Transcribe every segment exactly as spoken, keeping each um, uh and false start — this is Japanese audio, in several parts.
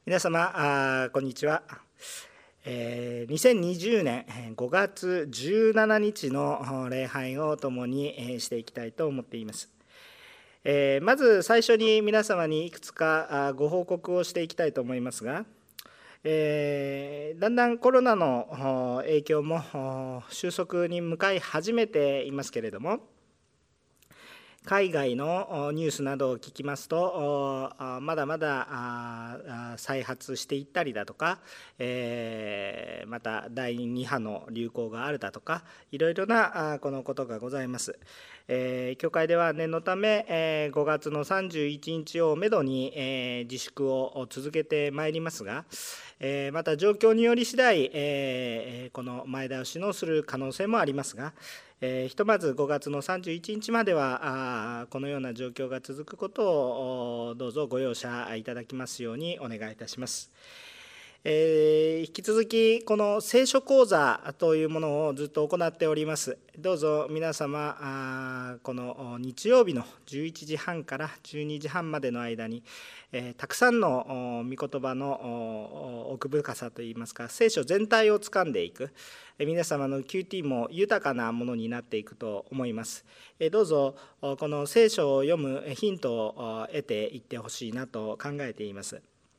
皆様あこんにちは、えー、にせんにじゅうねんごがつじゅうしちにちの礼拝を共にしていきたいと思っています。えー、まず最初に皆様にいくつかご報告をしていきたいと思いますが、えー、だんだんコロナの影響も収束に向かい始めていますけれども、海外のニュースなどを聞きますと、まだまだ再発していったりだとか、まただいに波の流行があるだとか、いろいろなこのことがございます。教会では念のためごがつのさんじゅういちにちをめどに自粛を続けてまいりますが、また状況により次第この前倒しのする可能性もありますが、えー、ひとまずごがつのさんじゅういちにちまではあこのような状況が続くことをどうぞご容赦いただきますようにお願いいたします。えー、引き続きこの聖書講座というものをずっと行っております。どうぞ皆様あこの日曜日のじゅういちじはんからじゅうにじはんまでの間に、えー、たくさんの御言葉の奥深さといいますか、聖書全体を掴んでいく皆様の キューティー も豊かなものになっていくと思います。どうぞこの聖書を読むヒントを得ていってほしいなと考えています。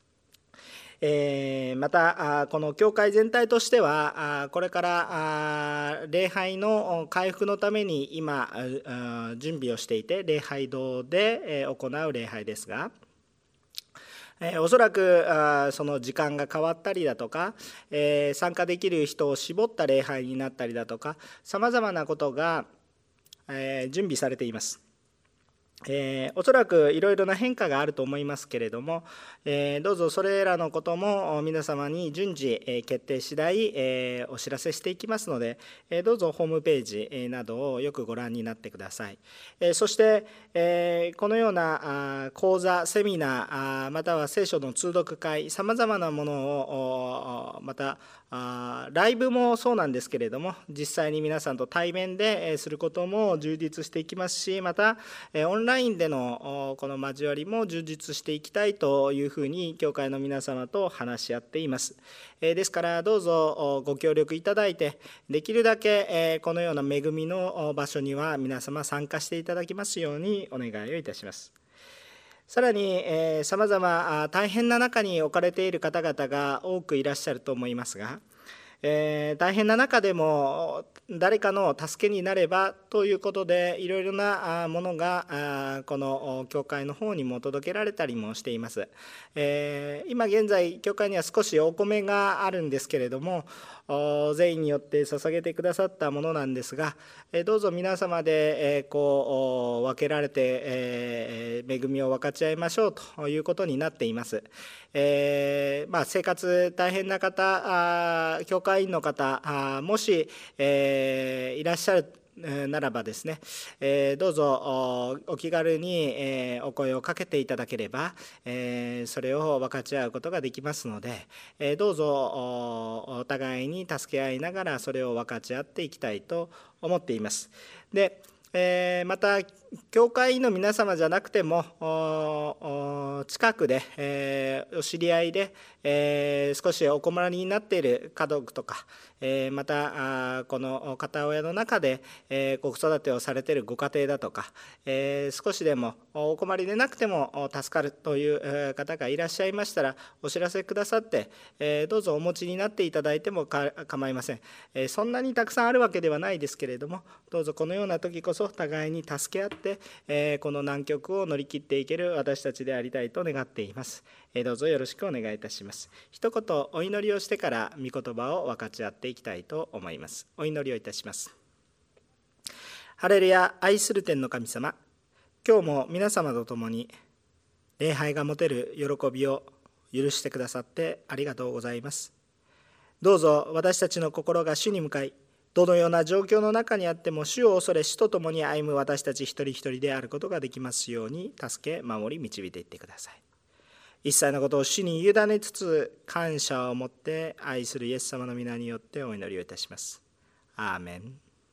またこの教会全体としてはこれから礼拝の回復のために今準備をしていて、礼拝堂で行う礼拝ですが、おそらくその時間が変わったりだとか、参加できる人を絞った礼拝になったりだとか、さまざまなことが準備されています。えー、おそらくいろいろな変化があると思いますけれども、えー、どうぞそれらのことも皆様に順次、えー、決定次第、えー、お知らせしていきますので、えー、どうぞホームページなどをよくご覧になってください。えー、そして、えー、このようなあ講座、セミナー、あまたは聖書の通読会、さまざまなものをまたあライブもそうなんですけれども、実際に皆さんと対面ですることも充実していきますし、またオンラインでのこの交わりも充実していきたいというふうに教会の皆様と話し合っています。ですからどうぞご協力いただいて、できるだけこのような恵みの場所には皆様参加していただきますようにお願いをいたします。さらにさまざま大変な中に置かれている方々が多くいらっしゃると思いますが、えー、大変な中でも誰かの助けになればということで、いろいろなものがこの教会の方にも届けられたりもしています。えー、今現在教会には少しお米があるんですけれども、善意によって捧げてくださったものなんですが、どうぞ皆様でこう分けられて恵みを分かち合いましょうということになっています。えーまあ、生活大変な方、教会員の方、もし、えー、いらっしゃるならばですね、えー、どうぞお気軽に、えー、お声をかけていただければ、えー、それを分かち合うことができますので、えー、どうぞ お, お互いに助け合いながらそれを分かち合っていきたいと思っています。でえー、また教会の皆様じゃなくても近くで、えー、お知り合いで、えー、少しお困りになっている家族とか、えー、またこの片親の中で、えー、ご子育てをされているご家庭だとか、えー、少しでもお困りでなくても助かるという方がいらっしゃいましたらお知らせくださって、えー、どうぞお持ちになっていただいても構いません。えー、そんなにたくさんあるわけではないですけれども、どうぞこのような時こそ互いに助け合って、えー、この難局を乗り切っていける私たちでありたいと願っています。えー、どうぞよろしくお願いいたします。一言お祈りをしてから御言葉を分かち合っていきたいと思います。お祈りをいたします。ハレルヤ。愛する天の神様、今日も皆様と共に礼拝が持てる喜びを許してくださってありがとうございます。どうぞ私たちの心が主に向かい、どのような状況の中にあっても主を恐れ主と共に歩む私たち一人一人であることができますように助け守り導いていってください。一切のことを主に委ねつつ感謝を持って愛するイエス様の皆によってお祈りをいたします。アーメン。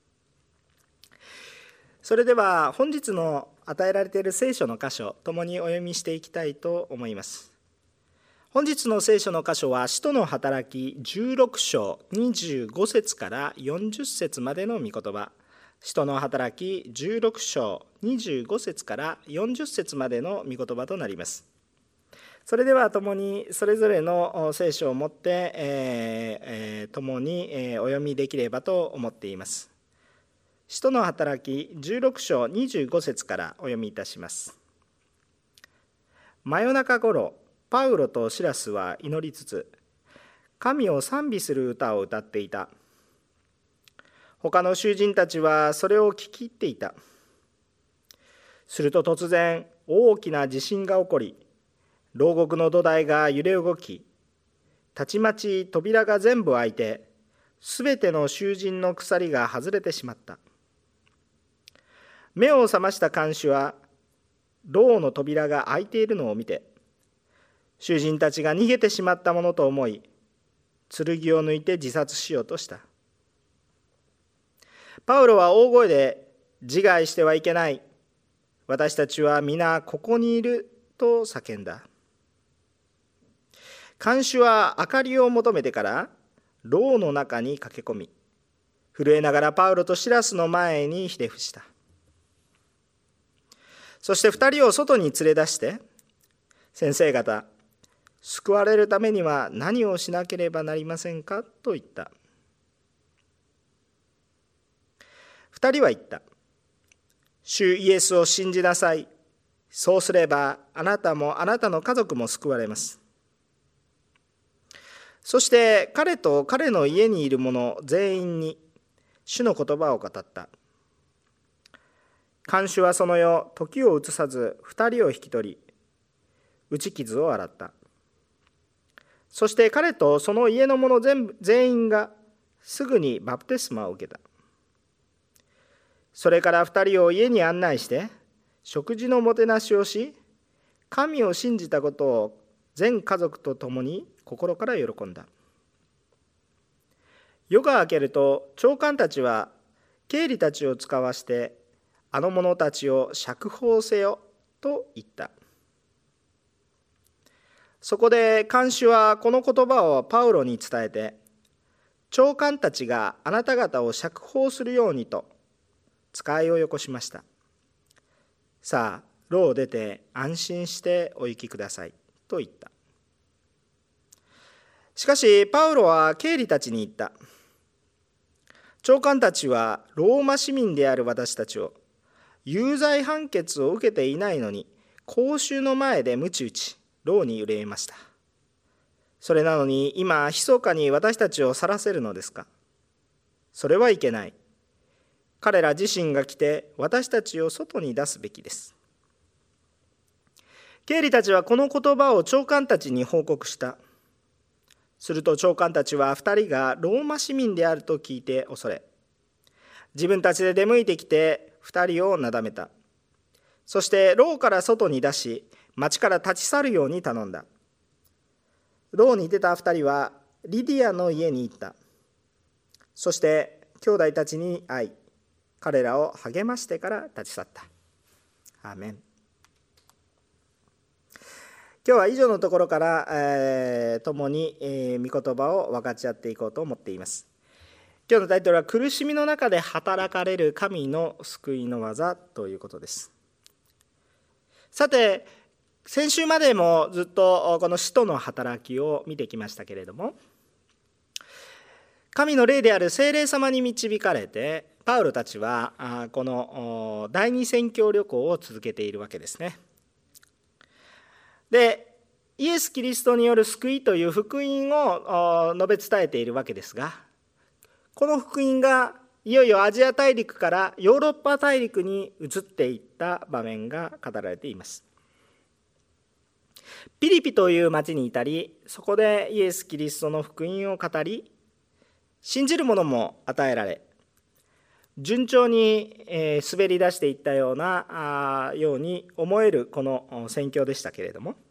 それでは本日の与えられている聖書の箇所、共にお読みしていきたいと思います。 本日の聖書の箇所は、使徒の働きじゅうろく章にじゅうご節からよんじゅっ節までの御言葉。使徒の働きじゅうろく章にじゅうご節からよんじゅっ節までの御言葉となります。それでは共にそれぞれの聖書を持って、えーえー、共にお読みできればと思っています。使徒の働きじゅうろく章にじゅうご節からお読みいたします。真夜中ごろ、パウロとシラスは祈りつつ、神を賛美する歌を歌っていた。他の囚人たちはそれを聞き入っていた。すると突然、大きな地震が起こり、牢獄の土台が揺れ動き、たちまち扉が全部開いて、すべての囚人の鎖が外れてしまった。目を覚ました看守は、牢の扉が開いているのを見て、囚人たちが逃げてしまったものと思い、剣を抜いて自殺しようとした。パウロは大声で、自害してはいけない。私たちは皆ここにいると叫んだ。看守は明かりを求めてから牢の中に駆け込み、震えながらパウロとシラスの前にひれ伏した。そして二人を外に連れ出して、先生方、救われるためには何をしなければなりませんかと言った。二人は言った。主イエスを信じなさい。そうすればあなたもあなたの家族も救われます。そして彼と彼の家にいる者全員に主の言葉を語った。看守はその夜、時を移さず二人を引き取り、打ち傷を洗った。そして彼とその家の者全部全員がすぐにバプテスマを受けた。それから二人を家に案内して食事のもてなしをし、神を信じたことを全家族と共に心から喜んだ。夜が明けると長官たちは経理たちを使わして、あの者たちを釈放せよと言った。そこで看守はこの言葉をパウロに伝えて、長官たちがあなた方を釈放するようにと使いをよこしました。さあ、牢を出て安心してお行きくださいと言った。しかしパウロは経理たちに言った。長官たちはローマ市民である私たちを有罪判決を受けていないのに、公衆の前で鞭打ち牢に入れました。それなのに今密かに私たちを去らせるのですか。それはいけない。彼ら自身が来て私たちを外に出すべきです。経理たちはこの言葉を長官たちに報告した。すると長官たちは二人がローマ市民であると聞いて恐れ、自分たちで出向いてきて二人をなだめた。そして牢から外に出し、町から立ち去るように頼んだ。牢に出た二人はリディアの家に行った。そして兄弟たちに会い、彼らを励ましてから立ち去った。アーメン。今日は以上のところから、えー、共に、えー、御言葉を分かち合っていこうと思っています。今日のタイトルは、苦しみの中で働かれる神の救いの技ということです。さて、先週までもずっとこの使徒の働きを見てきましたけれども、神の霊である聖霊様に導かれて、パウロたちはこの第二宣教旅行を続けているわけですね。で、イエス・キリストによる救いという福音を述べ伝えているわけですが、この福音がいよいよアジア大陸からヨーロッパ大陸に移っていった場面が語られています。ピリピという町に至り、そこでイエス・キリストの福音を語り、信じる者も与えられ、順調に滑り出していったようなように思えるこの宣教でしたけれども、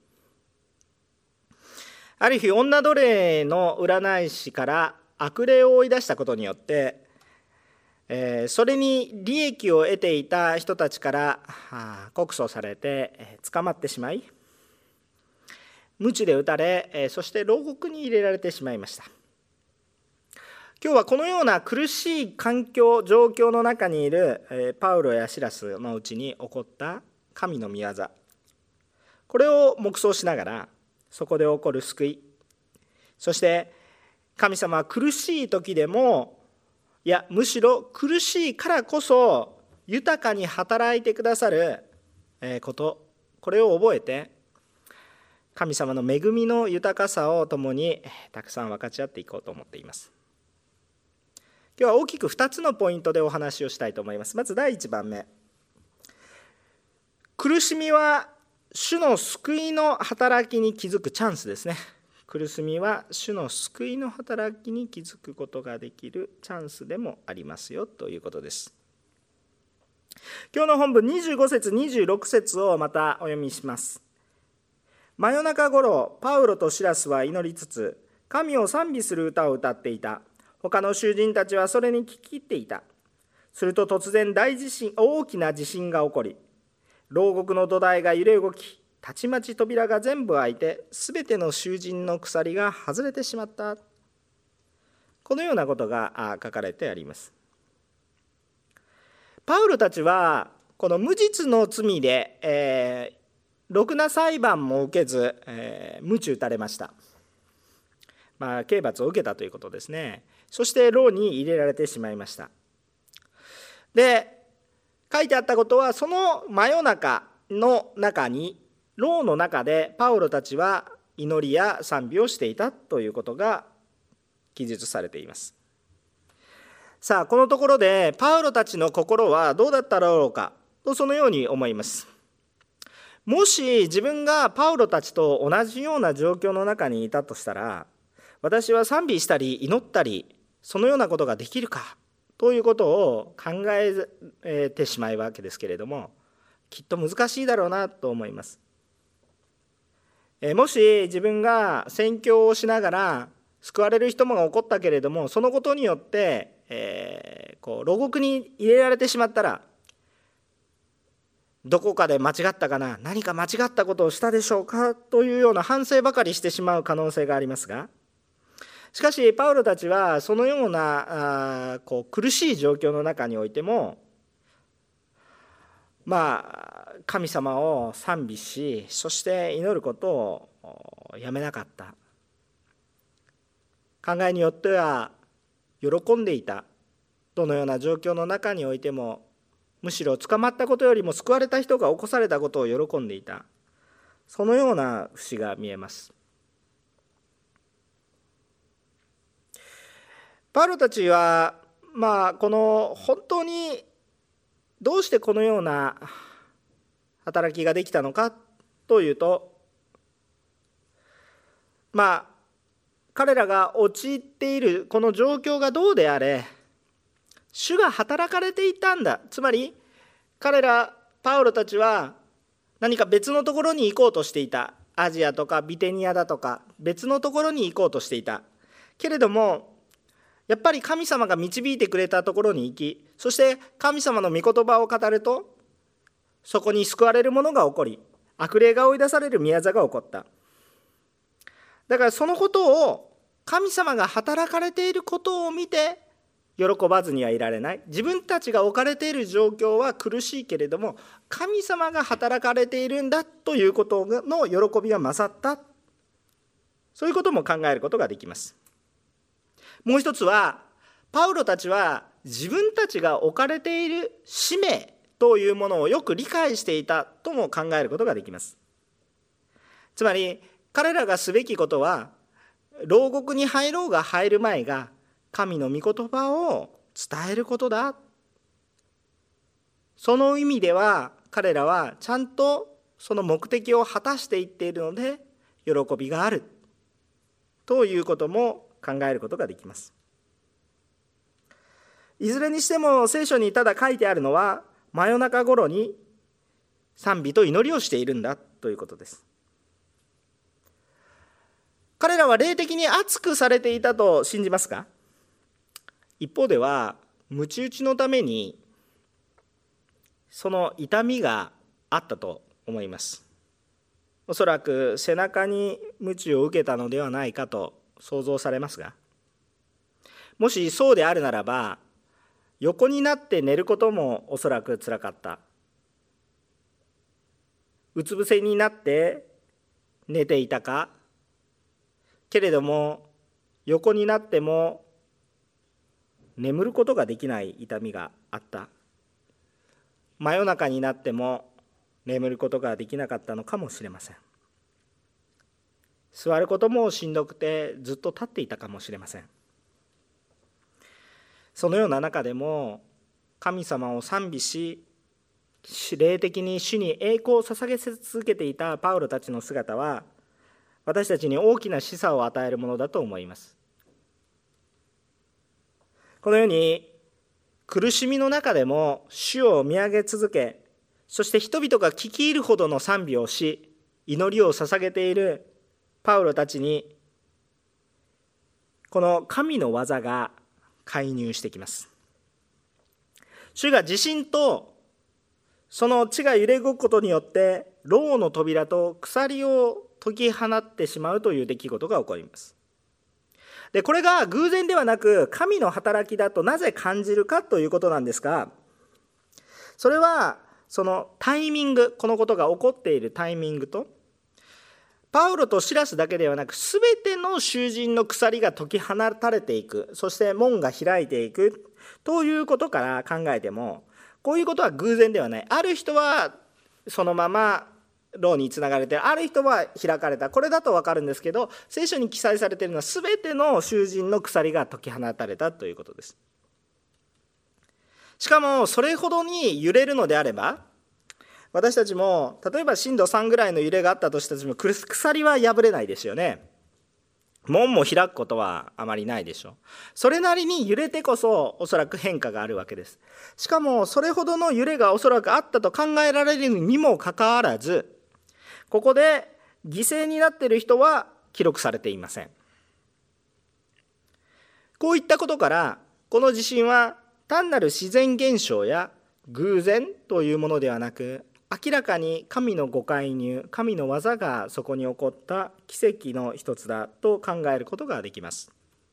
ある日女奴隷の占い師から悪霊を追い出したことによって、それに利益を得ていた人たちから告訴されて捕まってしまい、 鞭で打たれ、そして牢獄に入れられてしまいました。今日はこのような苦しい環境状況の中にいるパウロやシラスのうちに起こった神の御業、これを黙想しながら、そこで起こる救い、そして神様は苦しい時でも、いやむしろ苦しいからこそ豊かに働いてくださること、これを覚えて、神様の恵みの豊かさを共にたくさん分かち合っていこうと思っています。今日は大きくふたつのポイントでお話をしたいと思います。まずだいいちばんめ、苦しみは主の救いの働きに気づくチャンスですね。苦しみは主の救いの働きに気づくことができるチャンスでもありますよということです。今日の本文にじゅうごせつにじゅうろくせつをまたお読みします。真夜中ごろ、パウロとシラスは祈りつつ神を賛美する歌を歌っていた。他の囚人たちはそれに聞き入っていた。すると突然大地震大きな地震が起こり、牢獄の土台が揺れ動き、たちまち扉が全部開いて、すべての囚人の鎖が外れてしまった。このようなことが書かれてあります。パウロたちはこの無実の罪で、えー、ろくな裁判も受けず、えー、鞭打たれました。まあ、刑罰を受けたということですね。そして牢に入れられてしまいました。で、書いてあったことは、その真夜中の中に、牢の中でパウロたちは祈りや賛美をしていたということが記述されています。さあ、このところでパウロたちの心はどうだっただろうかと、そのように思います。もし自分がパウロたちと同じような状況の中にいたとしたら、私は賛美したり祈ったり、そのようなことができるかということを考えてしまうわけですけれども、きっと難しいだろうなと思います。もし自分が宣教をしながら救われる人もが起こったけれども、そのことによって、えー、こう牢獄に入れられてしまったら、どこかで間違ったかな、何か間違ったことをしたでしょうかというような反省ばかりしてしまう可能性がありますが、しかしパウロたちはそのようなあこう苦しい状況の中においても、まあ神様を賛美し、そして祈ることをやめなかった。考えによっては喜んでいた。どのような状況の中においても、むしろ捕まったことよりも救われた人が起こされたことを喜んでいた。そのような節が見えます。パウロたちは、まあ、この本当にどうしてこのような働きができたのかというと、まあ彼らが陥っているこの状況がどうであれ、主が働かれていたんだ。つまり彼らパウロたちは何か別のところに行こうとしていた。アジアとかビテニアだとか別のところに行こうとしていたけれども、やっぱり神様が導いてくれたところに行き、そして神様の御言葉を語ると、そこに救われるものが起こり、悪霊が追い出される宮座が起こった。だからそのことを、神様が働かれていることを見て喜ばずにはいられない。自分たちが置かれている状況は苦しいけれども、神様が働かれているんだということの喜びが勝った。そういうことも考えることができます。もう一つは、パウロたちは自分たちが置かれている使命というものをよく理解していたとも考えることができます。つまり彼らがすべきことは、牢獄に入ろうが入る前が神の御言葉を伝えることだ。その意味では彼らはちゃんとその目的を果たしていっているので、喜びがあるということも考えることができます。いずれにしても聖書にただ書いてあるのは、真夜中頃に賛美と祈りをしているんだということです。彼らは霊的に熱くされていたと信じますか？一方では鞭打ちのためにその痛みがあったと思います。 おそらく背中に鞭を受けたのではないかと想像されますが、もしそうであるならば、横になって寝ることもおそらくつらかった。うつ伏せになって寝ていたか。けれども横になっても眠ることができない痛みがあった。真夜中になっても眠ることができなかったのかもしれません。座ることもしんどくてずっと立っていたかもしれません。そのような中でも神様を賛美し、霊的に主に栄光を捧げ続けていたパウロたちの姿は、私たちに大きな示唆を与えるものだと思います。このように苦しみの中でも主を見上げ続け、そして人々が聞き入るほどの賛美をし、祈りを捧げているパウロたちに、この神の技が介入してきます。主が地震とその地が揺れ動くことによって牢の扉と鎖を解き放ってしまうという出来事が起こります。で、これが偶然ではなく神の働きだとなぜ感じるかということなんですが、それはそのタイミング、このことが起こっているタイミングと、パウロとシラスだけではなく全ての囚人の鎖が解き放たれていく、そして門が開いていくということから考えても、こういうことは偶然ではない。ある人はそのまま牢につながれて、ある人は開かれた、これだと分かるんですけど、聖書に記載されているのは全ての囚人の鎖が解き放たれたということです。しかもそれほどに揺れるのであれば、私たちも例えば震度さんぐらいの揺れがあったとしても鎖は破れないですよね。門も開くことはあまりないでしょう。それなりに揺れてこそおそらく変化があるわけです。しかもそれほどの揺れがおそらくあったと考えられるにもかかわらず、ここで犠牲になっている人は記録されていません。こういったことからこの地震は単なる自然現象や偶然というものではなく、明らかに神のご介入、神の技がそこに起こった奇跡の一つだと考えることができます。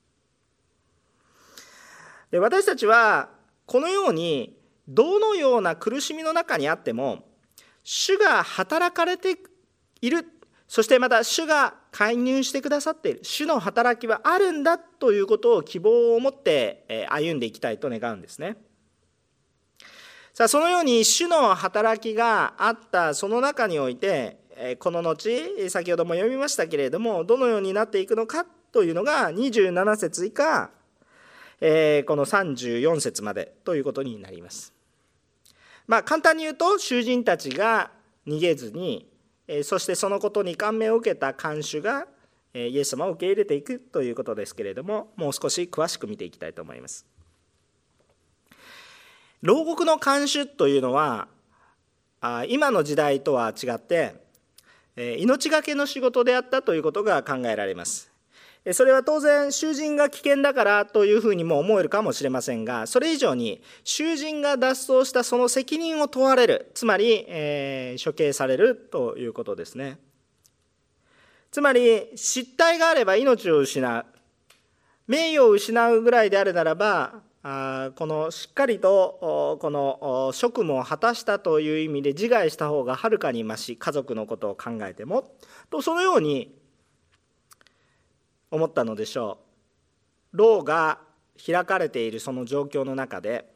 で、私たちはこのようにどのような苦しみの中にあっても、主が働かれている、そしてまた主が介入してくださっている、主の働きはあるんだということを希望を持って歩んでいきたいと願うんですね。さあ、そのように主の働きがあったその中において、この後先ほども読みましたけれども、どのようになっていくのかというのがにじゅうなな節以下、えー、このさんじゅうよん節までということになります。まあ、簡単に言うと、囚人たちが逃げずに、そしてそのことに感銘を受けた看守がイエス様を受け入れていくということですけれども、もう少し詳しく見ていきたいと思います。牢獄の看守というのは、今の時代とは違って命がけの仕事であったということが考えられます。それは当然囚人が危険だからというふうにも思えるかもしれませんが、それ以上に囚人が脱走したその責任を問われる、つまり、えー、処刑されるということですね。つまり失態があれば命を失う、名誉を失うぐらいであるならば、あこのしっかりとこの職務を果たしたという意味で自害した方がはるかにまし、家族のことを考えてもと、そのように思ったのでしょう。牢が開かれているその状況の中で、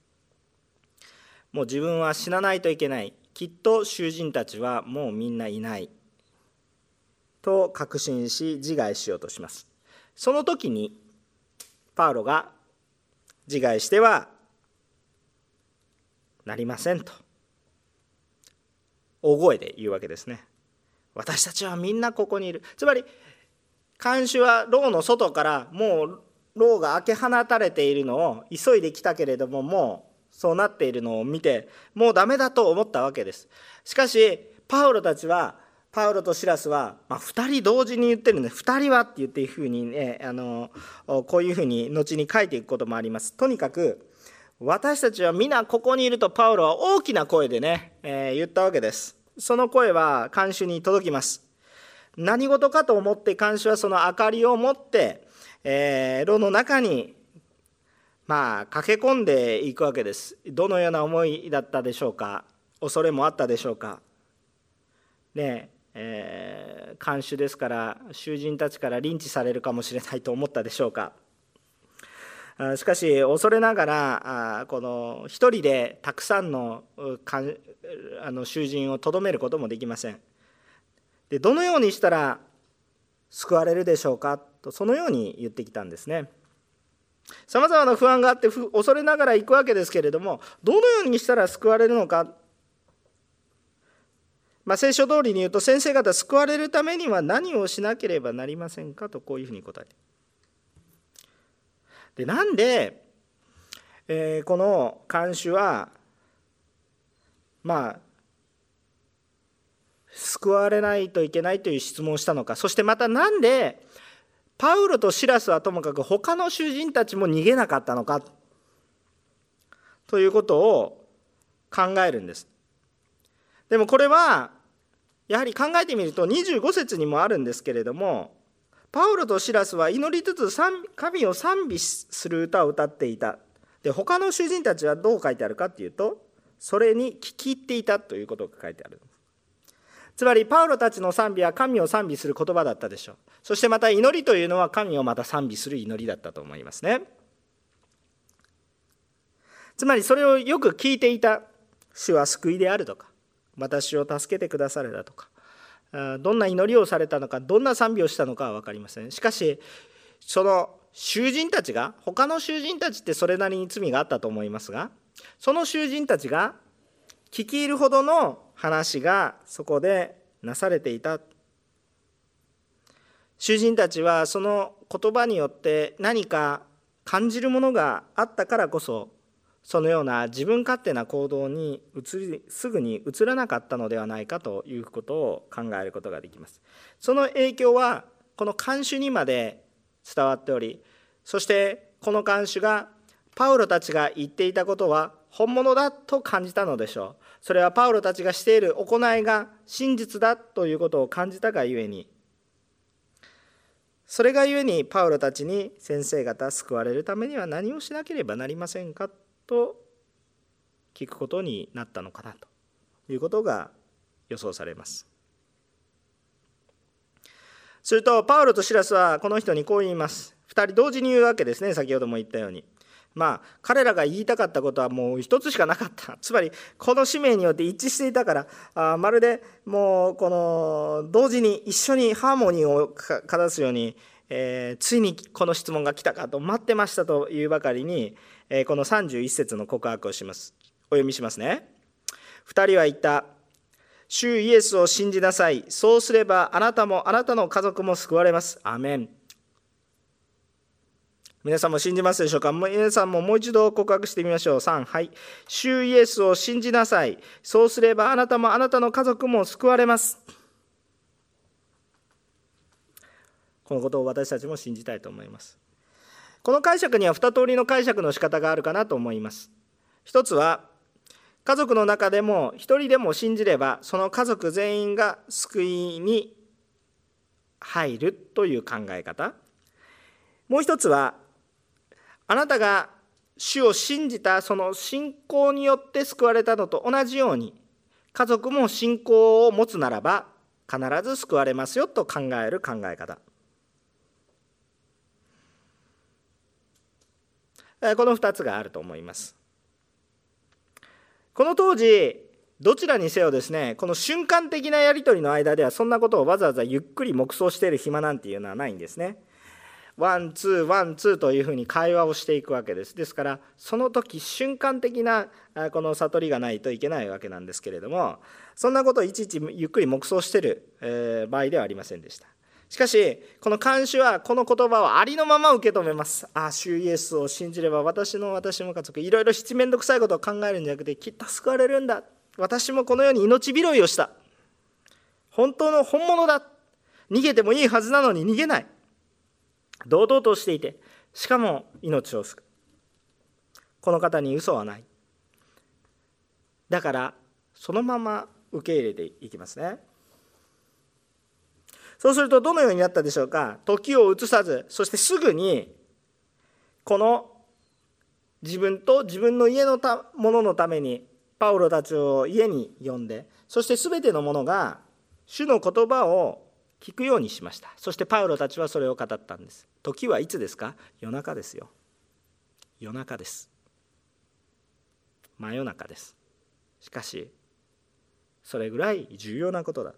もう自分は死なないといけない、きっと囚人たちはもうみんないないと確信し自害しようとします。その時にパウロが自害してはなりませんと大声で言うわけですね。私たちはみんなここにいる。つまり看守は牢の外からもう牢が開け放たれているのを急いで来たけれども、もうそうなっているのを見てもうダメだと思ったわけです。しかしパウロたちはパウロとシラスは、まあ、ふたり同時に言ってるんで、ふたりはって言っていうふうにね、あのこういうふうに後に書いていくこともあります。とにかく私たちは皆ここにいるとパウロは大きな声でね、えー、言ったわけです。 その声は看守に届きます。何事かと思って看守はその明かりを持って、えー、炉の中にまあ駆け込んでいくわけです。どのような思いだったでしょうか。恐れもあったでしょうか。ねえー、看守ですから囚人たちからリンチされるかもしれないと思ったでしょうか。しかし恐れながらこの一人でたくさんのあの囚人をとどめることもできません。でどのようにしたら救われるでしょうかと、そのように言ってきたんですね。さまざまな不安があって恐れながら行くわけですけれども、どのようにしたら救われるのか。まあ、聖書通りに言うと、先生方救われるためには何をしなければなりませんかと、こういうふうに答えて、でなんで、えー、この看守はまあ救われないといけないという質問をしたのか、そしてまたなんでパウロとシラスはともかく他の囚人たちも逃げなかったのかということを考えるんです。でもこれはやはり考えてみるとにじゅうご節にもあるんですけれども、パウロとシラスは祈りつつ神を賛美する歌を歌っていた。で他の囚人たちはどう書いてあるかというと、それに聞き入っていたということが書いてある。つまりパウロたちの賛美は神を賛美する言葉だったでしょう。そしてまた祈りというのは神をまた賛美する祈りだったと思いますね。つまりそれをよく聞いていた。主は救いであるとか、私を助けてくださるだとか、どんな祈りをされたのか、どんな賛美をしたのかは分かりません。しかしその囚人たちが、他の囚人たちってそれなりに罪があったと思いますが、その囚人たちが聞き入るほどの話がそこでなされていた。囚人たちはその言葉によって何か感じるものがあったからこそ、そのような自分勝手な行動に移りすぐに移らなかったのではないかということを考えることができます。その影響はこの看守にまで伝わっており、そしてこの看守がパウロたちが言っていたことは本物だと感じたのでしょう。それはパウロたちがしている行いが真実だということを感じたがゆえに、それがゆえにパウロたちに、先生方救われるためには何をしなければなりませんかと聞くことになったのかなということが予想されます。するとパウロとシラスはこの人にこう言います。二人同時に言うわけですね。先ほども言ったように、まあ彼らが言いたかったことはもう一つしかなかった。つまりこの使命によって一致していたから、あまるでもうこの同時に一緒にハーモニーをかだすように、えー、ついにこの質問が来たかと待ってましたというばかりに、えー、このさんじゅういち節の告白をします。お読みしますね。二人は言った。主イエスを信じなさい。そうすればあなたもあなたの家族も救われます。アーメン。皆さんも信じますでしょうか。皆さんももう一度告白してみましょう。さん、はい。主イエスを信じなさい。そうすればあなたもあなたの家族も救われます。このことを私たちも信じたいと思います。この解釈には二通りの解釈の仕方があるかなと思います。一つは、家族の中でも一人でも信じればその家族全員が救いに入るという考え方。もう一つは、あなたが主を信じたその信仰によって救われたのと同じように、家族も信仰を持つならば必ず救われますよと考える考え方。この二つがあると思います。この当時どちらにせよですね、この瞬間的なやり取りの間ではそんなことをわざわざゆっくり黙想している暇なんていうのはないんですね。ワンツーワンツーというふうに会話をしていくわけです。ですからその時瞬間的なこの悟りがないといけないわけなんですけれども、そんなことをいちいちゆっくり黙想している場合ではありませんでした。しかしこの看守はこの言葉をありのまま受け止めます。ああ、主イエスを信じれば私の私の家族、いろいろ七面倒くさいことを考えるんじゃなくてきっと救われるんだ。私もこのように命拾いをした。本当の本物だ。逃げてもいいはずなのに逃げない。堂々としていて、しかも命を救う。この方に嘘はない。だからそのまま受け入れていきますね。そうするとどのようになったでしょうか。時を移さず、そしてすぐにこの自分と自分の家のもののためにパウロたちを家に呼んで、そしてすべてのものが主の言葉を聞くようにしました。そしてパウロたちはそれを語ったんです。時はいつですか。夜中ですよ。夜中です。真夜中です。しかしそれぐらい重要なことだ。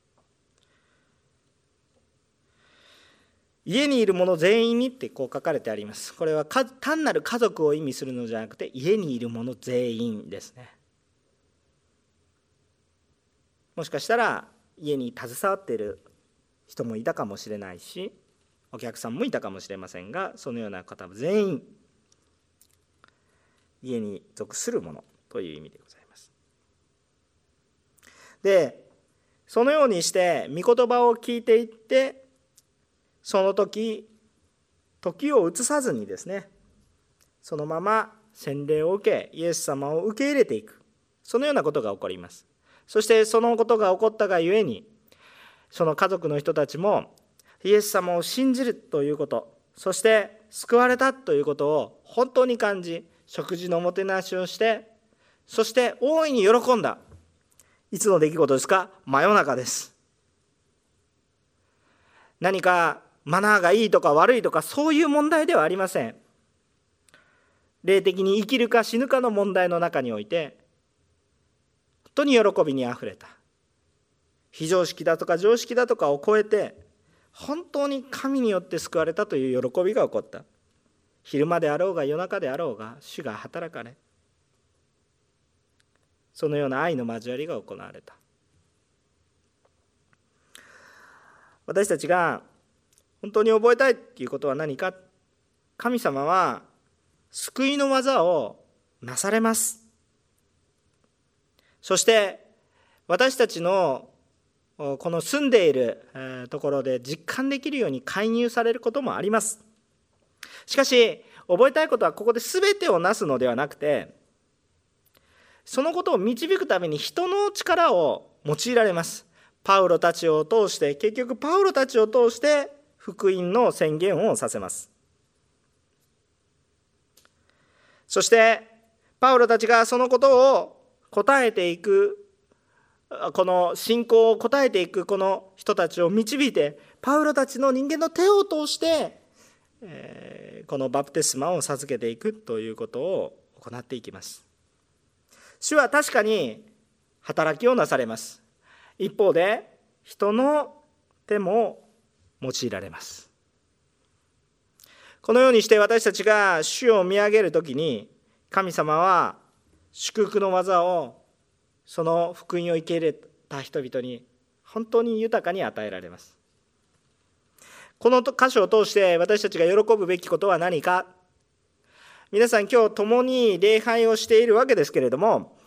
家にいる者全員にってこう書かれてあります。これは単なる家族を意味するのじゃなくて、家にいる者全員ですね。もしかしたら家に携わっている人もいたかもしれないし、お客さんもいたかもしれませんが、そのような方は全員家に属する者という意味でございます。で、そのようにして御言葉を聞いていって、その時時を移さずにですね、そのまま洗礼を受けイエス様を受け入れていく、そのようなことが起こります。そしてそのことが起こったがゆえに、その家族の人たちもイエス様を信じるということ、そして救われたということを本当に感じ、食事のおもてなしをして、そして大いに喜んだ。いつの出来事ですか。真夜中です。何かマナーがいいとか悪いとかそういう問題ではありません。霊的に生きるか死ぬかの問題の中において、本当に喜びにあふれた。非常識だとか常識だとかを超えて、本当に神によって救われたという喜びが起こった。昼間であろうが夜中であろうが主が働かれ、そのような愛の交わりが行われた。私たちが本当に覚えたいということは何か。神様は救いの技をなされます。そして私たちのこの住んでいるところで実感できるように介入されることもあります。しかし覚えたいことは、ここで全てをなすのではなくて、そのことを導くために人の力を用いられます。パウロたちを通して、結局パウロたちを通して福音の宣言をさせます。そしてパウロたちがそのことを答えていく、この信仰を答えていくこの人たちを導いて、パウロたちの人間の手を通して、えー、このバプテスマを授けていくということを行っていきます。主は確かに働きをなされます。一方で人の手も用いられます。このようにして私たちが主を見上げるときに、神様は祝福の技を、その福音を受け入れた人々に本当に豊かに与えられます。この箇所を通して私たちが喜ぶべきことは何か。皆さん今日共に礼拝をしているわけですけれども、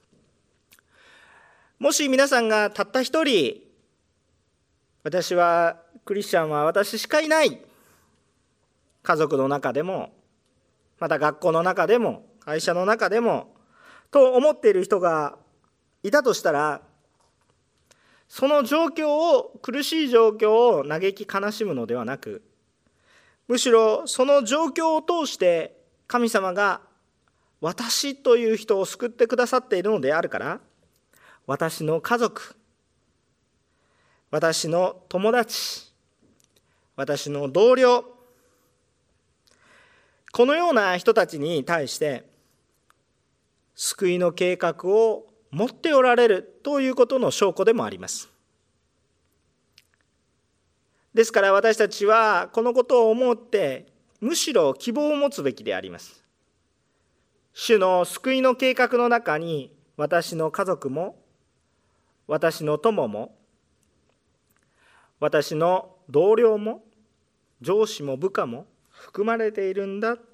もし皆さんがたった一人、私はクリスチャンは私しかいない、家族の中でも、また学校の中でも会社の中でもと思っている人がいたとしたら、その状況を、苦しい状況を嘆き悲しむのではなく、むしろその状況を通して神様が私という人を救ってくださっているのであるから、私の家族、私の友達、私の同僚、このような人たちに対して救いの計画を持っておられるということの証拠でもあります。ですから私たちはこのことを思って、むしろ希望を持つべきであります。主の救いの計画の中に、私の家族も、私の友も、私の同僚も、上司も部下も含まれているんだ。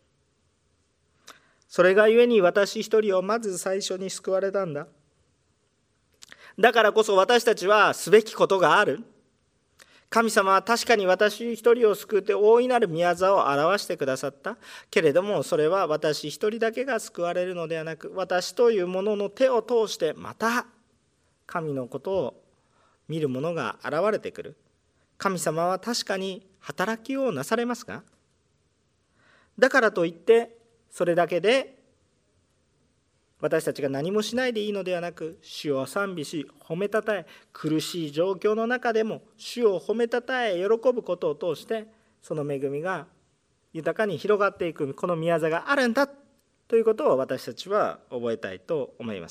それがゆえに私一人をまず最初に救われたんだ。だからこそ私たちはすべきことがある。神様は確かに私一人を救って大いなる宮座を表してくださった。けれどもそれは私一人だけが救われるのではなく、私というものの手を通してまた神のことを見る者が現れてくる。神様は確かに働きをなされますが、だからといってそれだけで私たちが何もしないでいいのではなく、主を賛美し褒めたたえ、苦しい状況の中でも主を褒めたたえ喜ぶことを通して、その恵みが豊かに広がっていく、この宮座があるんだということを私たちは覚えたいと思います。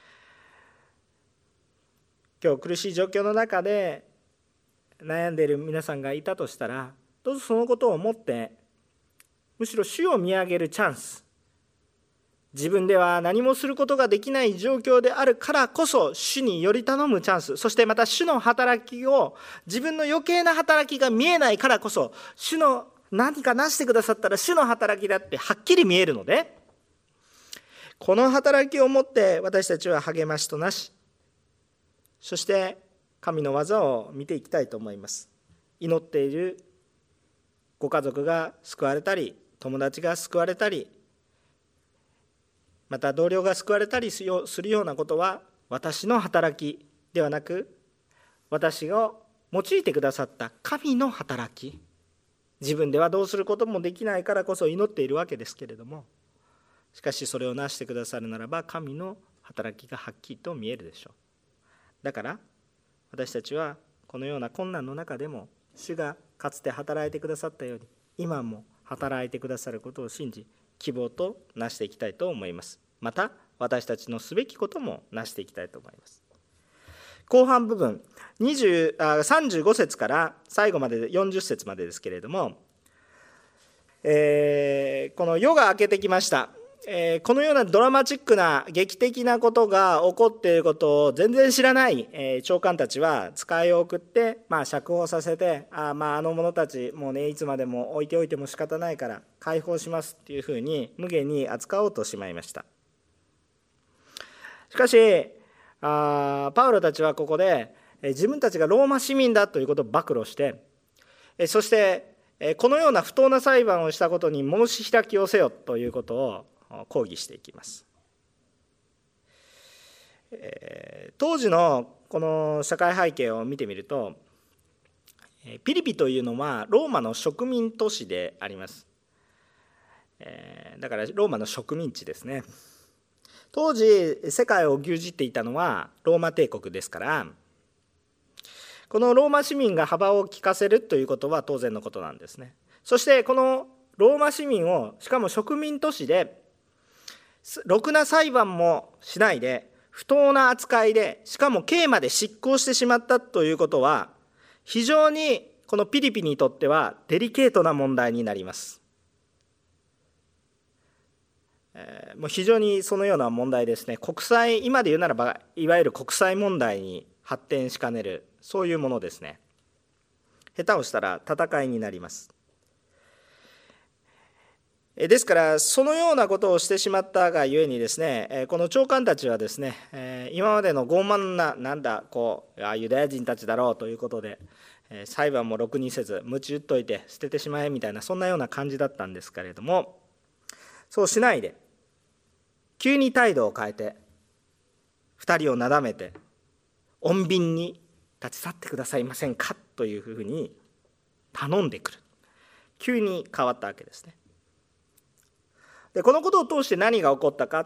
今日苦しい状況の中で悩んでいる皆さんがいたとしたら、どうぞそのことを思って、むしろ主を見上げるチャンス、自分では何もすることができない状況であるからこそ主により頼むチャンス、そしてまた主の働きを、自分の余計な働きが見えないからこそ、主の何かなしてくださったら主の働きだってはっきり見えるので、この働きをもって私たちは励ましとなし、そして神の技を見ていきたいと思います。祈っているご家族が救われたり、友達が救われたり、また同僚が救われたりするようなことは、私の働きではなく、私を用いてくださった神の働き。自分ではどうすることもできないからこそ祈っているわけですけれども、しかしそれをなしてくださるならば、神の働きがはっきりと見えるでしょう。だから私たちはこのような困難の中でも、主がかつて働いてくださったように今も働いてくださることを信じ、希望となしていきたいと思います。また私たちのすべきこともなしていきたいと思います。後半部分にじゅうあさんじゅうご節から最後までよんじゅっ節までですけれども、えー、この夜が明けてきました。えー、このようなドラマチックな劇的なことが起こっていることを全然知らない、えー、長官たちは使いを送って、まあ、釈放させて、あ、まあ、あの者たちもうね、いつまでも置いておいても仕方ないから解放しますっていうふうに無限に扱おうとしまいました。しかしあパウロたちはここで自分たちがローマ市民だということを暴露して、そしてこのような不当な裁判をしたことに申し開きをせよということを抗議していきます。当時のこの社会背景を見てみると、ピリピというのはローマの植民都市であります。だからローマの植民地ですね。当時世界を牛耳っていたのはローマ帝国ですから、このローマ市民が幅を利かせるということは当然のことなんですね。そしてこのローマ市民を、しかも植民都市でろくな裁判もしないで不当な扱いで、しかも刑まで執行してしまったということは、非常にこのピリピにとってはデリケートな問題になります。もう非常にそのような問題ですね。国際、今で言うならばいわゆる国際問題に発展しかねる、そういうものですね。下手をしたら戦いになります。ですからそのようなことをしてしまったがゆえにですね、この長官たちはですね、今までの傲慢な、なんだこうユダヤ人たちだろうということで、裁判もろくにせず鞭打っといて捨ててしまえみたいな、そんなような感じだったんですけれども、そうしないで急に態度を変えて、二人をなだめて穏便に立ち去ってくださいませんかというふうに頼んでくる。急に変わったわけですね。でこのことを通して何が起こったか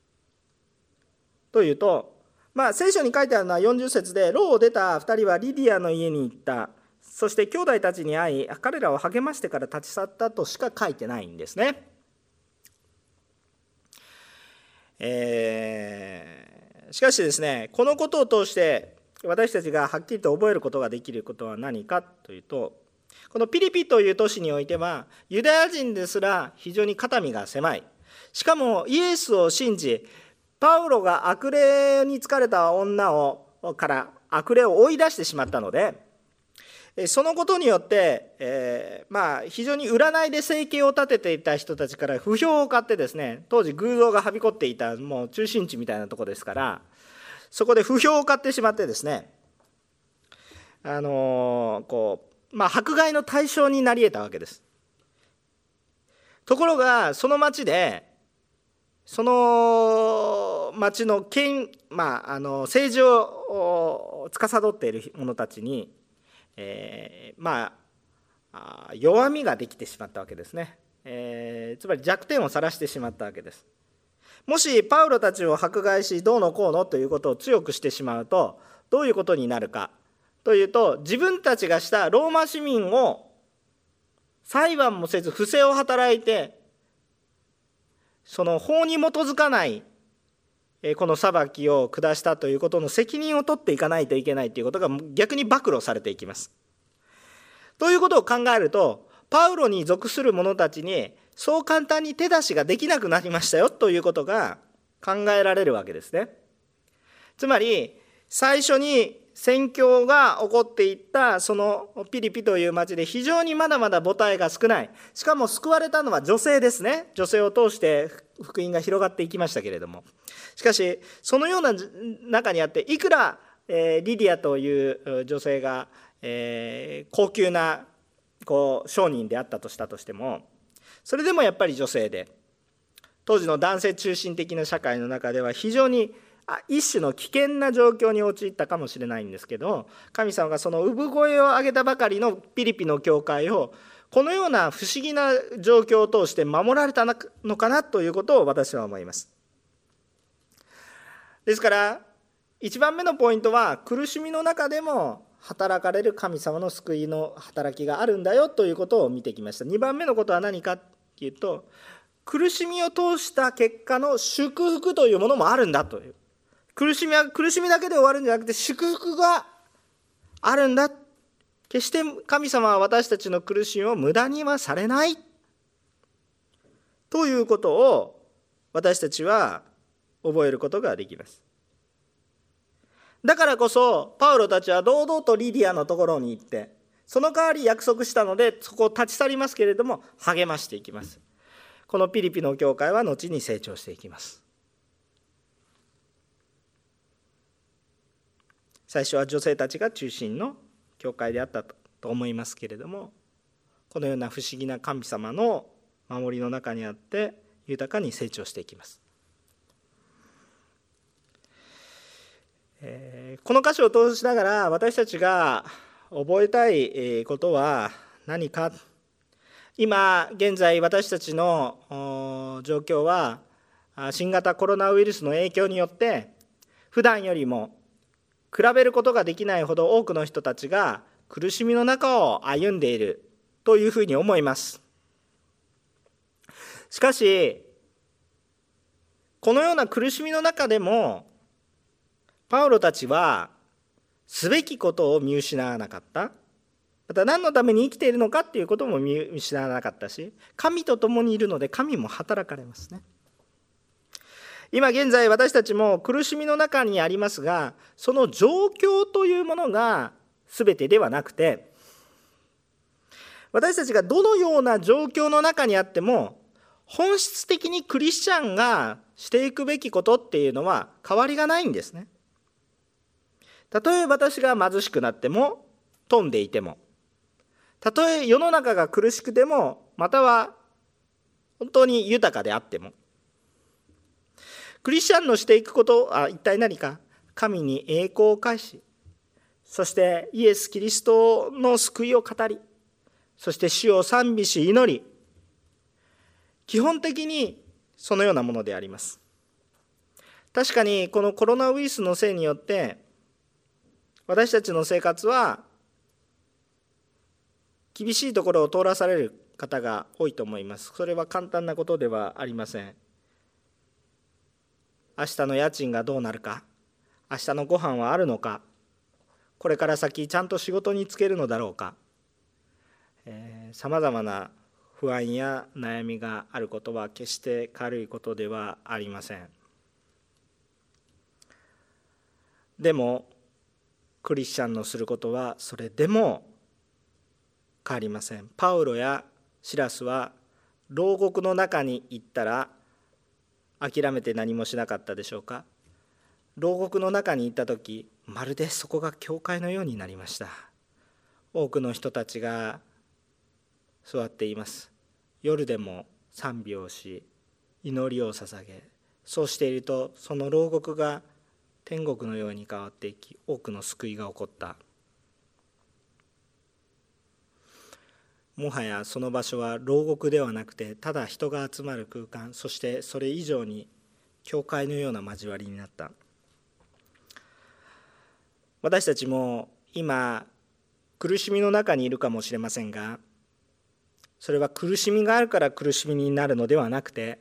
というと、まあ、聖書に書いてあるのはよんじゅっ節で、牢を出たふたりはリディアの家に行った。そして兄弟たちに会い、彼らを励ましてから立ち去ったとしか書いてないんですね。えー、しかしですね、このことを通して私たちがはっきりと覚えることができることは何かというと、このピリピという都市においてはユダヤ人ですら非常に肩身が狭い。しかもイエスを信じ、パウロが悪霊に疲れた女をから悪霊を追い出してしまったので、そのことによって、えー、まあ非常に占いで生計を立てていた人たちから不評を買ってですね、当時偶像がはびこっていたもう中心地みたいなところですから、そこで不評を買ってしまってですね、あのー、こうまあ迫害の対象になり得たわけです。ところがその町でその町の権、まあ、あの政治を司っている者たちに、えー、まあ弱みができてしまったわけですね、えー、つまり弱点を晒してしまったわけです。もしパウロたちを迫害しどうのこうのということを強くしてしまうとどういうことになるかというと、自分たちがしたローマ市民を裁判もせず不正を働いて、その法に基づかないこの裁きを下したということの責任を取っていかないといけないということが逆に暴露されていきます。ということを考えると、パウロに属する者たちにそう簡単に手出しができなくなりましたよということが考えられるわけですね。つまり最初に宣教が起こっていったそのピリピという町で非常にまだまだ母体が少ない、しかも救われたのは女性ですね。女性を通して福音が広がっていきましたけれども、しかしそのような中にあって、いくらリディアという女性が高級なこう商人であったとしたとしても、それでもやっぱり女性で、当時の男性中心的な社会の中では非常に一種の危険な状況に陥ったかもしれないんですけど、神様がその産声を上げたばかりのピリピの教会をこのような不思議な状況を通して守られたのかなということを私は思います。ですからいちばんめのポイントは、苦しみの中でも働かれる神様の救いの働きがあるんだよということを見てきました。にばんめのことは何かというと、苦しみを通した結果の祝福というものもあるんだという、苦しみは苦しみだけで終わるんじゃなくて祝福があるんだ。決して神様は私たちの苦しみを無駄にはされないということを私たちは覚えることができます。だからこそパウロたちは堂々とリディアのところに行って、その代わり約束したのでそこを立ち去りますけれども励ましていきます。このピリピの教会は後に成長していきます。最初は女性たちが中心の教会であったと思いますけれども、このような不思議な神様の守りの中にあって豊かに成長していきます。えー、この箇所を通しながら私たちが覚えたいことは何か。今現在私たちの状況は新型コロナウイルスの影響によって普段よりも比べることができないほど多くの人たちが苦しみの中を歩んでいるというふうに思います。しかしこのような苦しみの中でもパウロたちはすべきことを見失わなかった。また何のために生きているのかということも見失わなかったし、神と共にいるので神も働かれますね。今現在私たちも苦しみの中にありますが、その状況というものが全てではなくて、私たちがどのような状況の中にあっても本質的にクリスチャンがしていくべきことっていうのは変わりがないんですね。たとえ私が貧しくなっても富んでいても、たとえ世の中が苦しくても、または本当に豊かであっても、クリスチャンのしていくことは一体何か。神に栄光を返し、そしてイエス・キリストの救いを語り、そして主を賛美し祈り、基本的にそのようなものであります。確かにこのコロナウイルスのせいによって私たちの生活は厳しいところを通らされる方が多いと思います。それは簡単なことではありません。明日の家賃がどうなるか、明日のご飯はあるのか、これから先ちゃんと仕事に就けるのだろうか、さまざまな不安や悩みがあることは決して軽いことではありません。でもクリスチャンのすることはそれでも変わりません。パウロやシラスは牢獄の中に行ったら諦めて何もしなかったでしょうか。牢獄の中に行った時、まるでそこが教会のようになりました。多くの人たちが座っています。夜でも賛美をし、祈りを捧げ、 そうしていると、その牢獄が天国のように変わっていき、多くの救いが起こった。もはやその場所は牢獄ではなくて、ただ人が集まる空間、そしてそれ以上に教会のような交わりになった。私たちも今苦しみの中にいるかもしれませんが、それは苦しみがあるから苦しみになるのではなくて、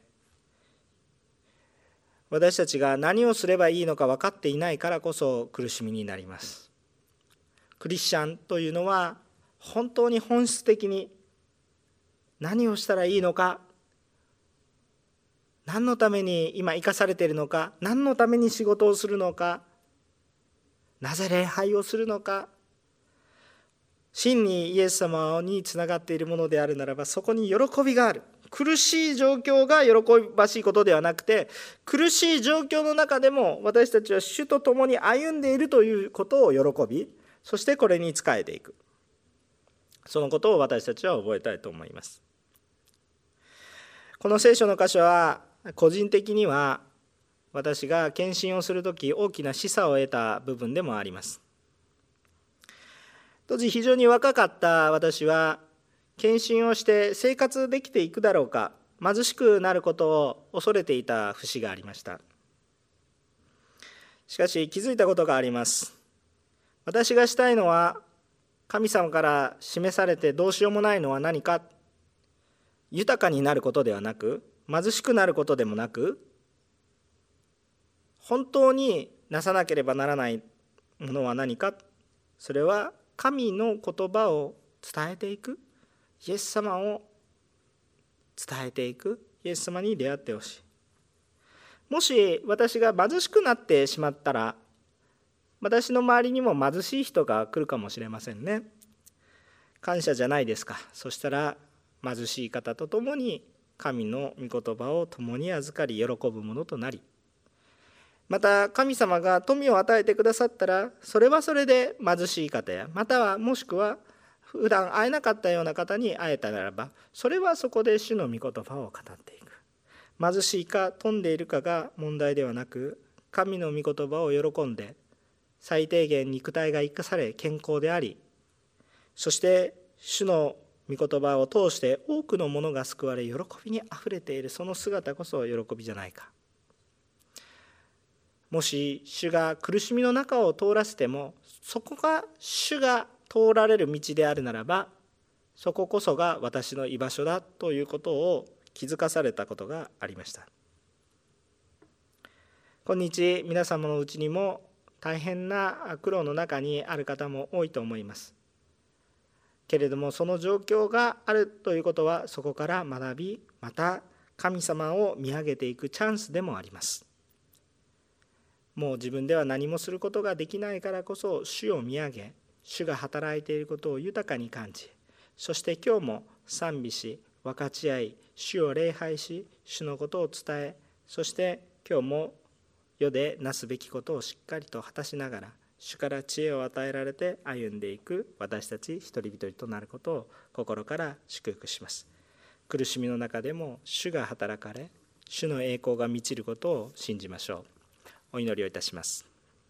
私たちが何をすればいいのか分かっていないからこそ苦しみになります。クリスチャンというのは本当に本質的に何をしたらいいのか、何のために今生かされているのか、何のために仕事をするのか、なぜ礼拝をするのか、真にイエス様につながっているものであるならば、そこに喜びがある。苦しい状況が喜ばしいことではなくて、苦しい状況の中でも私たちは主と共に歩んでいるということを喜び、そしてこれに仕えていく、そのことを私たちは覚えたいと思います。この聖書の箇所は個人的には私が献身をするとき大きな示唆を得た部分でもあります。当時非常に若かった私は、献身をして生活できていくだろうか、貧しくなることを恐れていた節がありました。しかし気づいたことがあります。私がしたいのは、神様から示されてどうしようもないのは何か、豊かになることではなく、貧しくなることでもなく、本当になさなければならないものは何か、それは神の言葉を伝えていく、イエス様を伝えていく、イエス様に出会ってほしい。もし私が貧しくなってしまったら、私の周りにも貧しい人が来るかもしれませんね。感謝じゃないですか。そしたら貧しい方と共に神の御言葉を共に預かり喜ぶものとなり、また神様が富を与えてくださったら、それはそれで貧しい方や、またはもしくは普段会えなかったような方に会えたならば、それはそこで主の御言葉を語っていく。貧しいか富んでいるかが問題ではなく、神の御言葉を喜んで、最低限肉体が生かされ健康であり、そして主の御言葉を通して多くのものが救われ、喜びにあふれている、その姿こそ喜びじゃないか。もし主が苦しみの中を通らせても、そこが主が通られる道であるならば、そここそが私の居場所だということを気づかされたことがありました。今日皆様のうちにも大変な苦労の中にある方も多いと思います。けれどもその状況があるということは、そこから学び、また神様を見上げていくチャンスでもあります。もう自分では何もすることができないからこそ、主を見上げ、主が働いていることを豊かに感じ、そして今日も賛美し、分かち合い、主を礼拝し、主のことを伝え、そして今日も世でなすべきことをしっかりと果たしながら、主から知恵を与えられて歩んでいく私たち一人一人となることを心から祝福します。苦しみの中でも主が働かれ、主の栄光が満ちることを信じましょう。お祈りをいたします。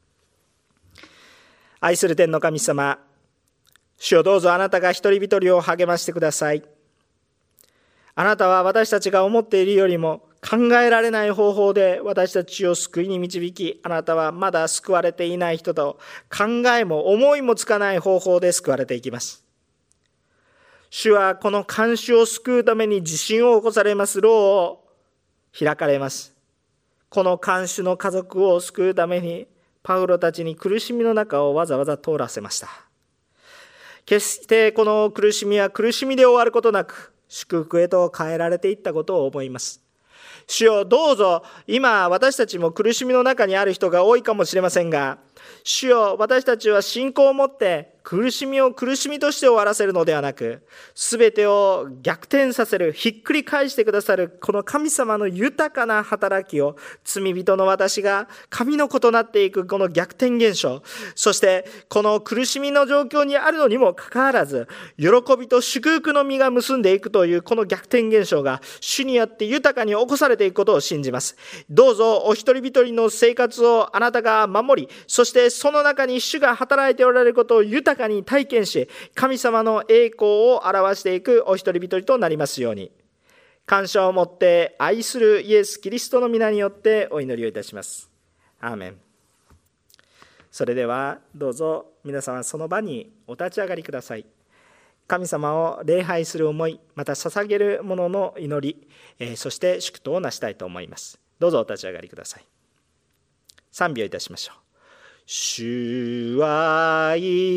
愛する天の神様、主よ、どうぞあなたが一人一人を励ましてください。あなたは私たちが思っているよりも考えられない方法で私たちを救いに導き、あなたはまだ救われていない人と考えも思いもつかない方法で救われていきます。主はこの看守を救うために地震を起こされます牢を開かれます。この看守の家族を救うためにパウロたちに苦しみの中をわざわざ通らせました。決してこの苦しみは苦しみで終わることなく、祝福へと変えられていったことを思います。主よ、どうぞ今私たちも苦しみの中にある人が多いかもしれませんが、主よ、私たちは信仰を持って苦しみを苦しみとして終わらせるのではなく、すべてを逆転させる、ひっくり返してくださるこの神様の豊かな働きを、罪人の私が神の子となっていくこの逆転現象、そしてこの苦しみの状況にあるのにもかかわらず、喜びと祝福の実が結んでいくというこの逆転現象が主によって豊かに起こされていくことを信じます。どうぞお一人一人の生活をあなたが守り、そしてその中に主が働いておられることを豊かに体験し、神様の栄光を表していくお一人一人となりますように、感謝を持って愛するイエス・キリストの皆によってお祈りをいたします。アーメン。それではどうぞ皆様その場にお立ち上がりください。神様を礼拝する思い、また捧げるものの祈り、えー、そして祝祷をなしたいと思います。どうぞお立ち上がりください。賛美をいたしましょう。主は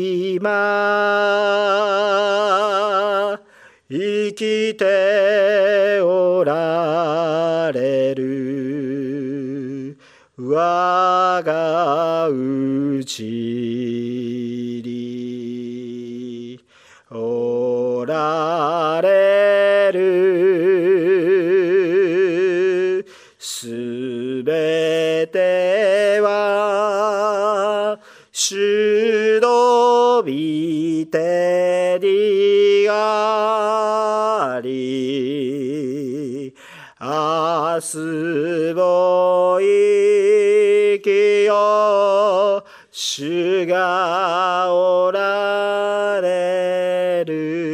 今生きておられる、我がうちにおられる、すべては主の御手にあり、明日も生きよう、主がおられ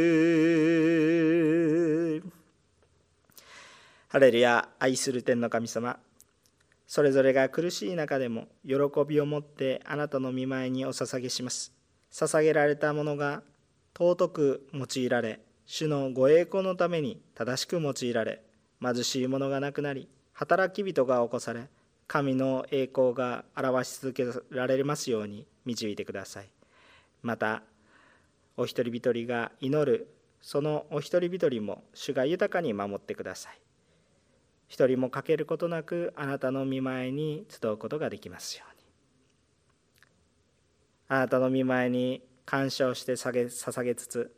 る。ハレルヤ。愛する天の神様、それぞれが苦しい中でも喜びを持ってあなたの御前にお捧げします。捧げられたものが尊く用いられ、主のご栄光のために正しく用いられ、貧しい者がなくなり、働き人が起こされ、神の栄光が表し続けられますように導いてください。またお一人一人が祈るそのお一人一人も主が豊かに守ってください。一人も欠けることなくあなたの御前に集うことができますように。あなたの御前に感謝をして捧げつつ、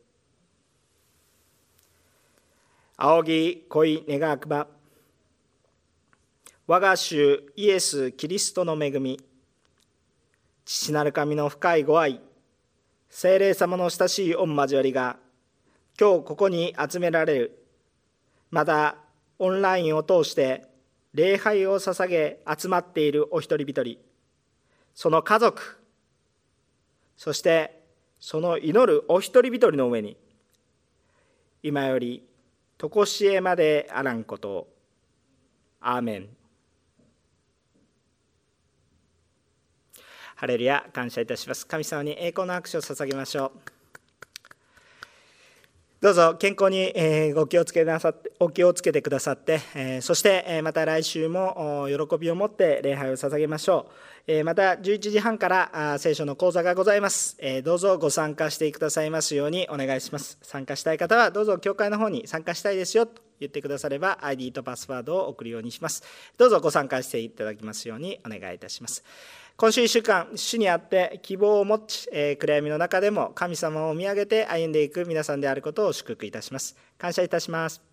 仰ぎ恋願わくば、我が主イエス・キリストの恵み、父なる神の深いご愛、聖霊様の親しい御交わりが、今日ここに集められる、またオンラインを通して礼拝を捧げ集まっているお一人一人、その家族、そしてその祈るお一人一人の上に、今よりとこしえまであらんことを。アーメン。ハレルヤ。感謝いたします。神様に栄光の拍手を捧げましょう。どうぞ健康にご気をつけなさってお気をつけてくださって、そしてまた来週も喜びを持って礼拝を捧げましょう。またじゅういちじはんから聖書の講座がございます。どうぞご参加してくださいますようにお願いします。参加したい方はどうぞ教会の方に参加したいですよと言ってくだされば アイディー とパスワードを送るようにします。どうぞご参加していただきますようにお願いいたします。今週いっしゅうかん、主にあって希望を持ち、えー、暗闇の中でも神様を見上げて歩んでいく皆さんであることを祝福いたします。感謝いたします。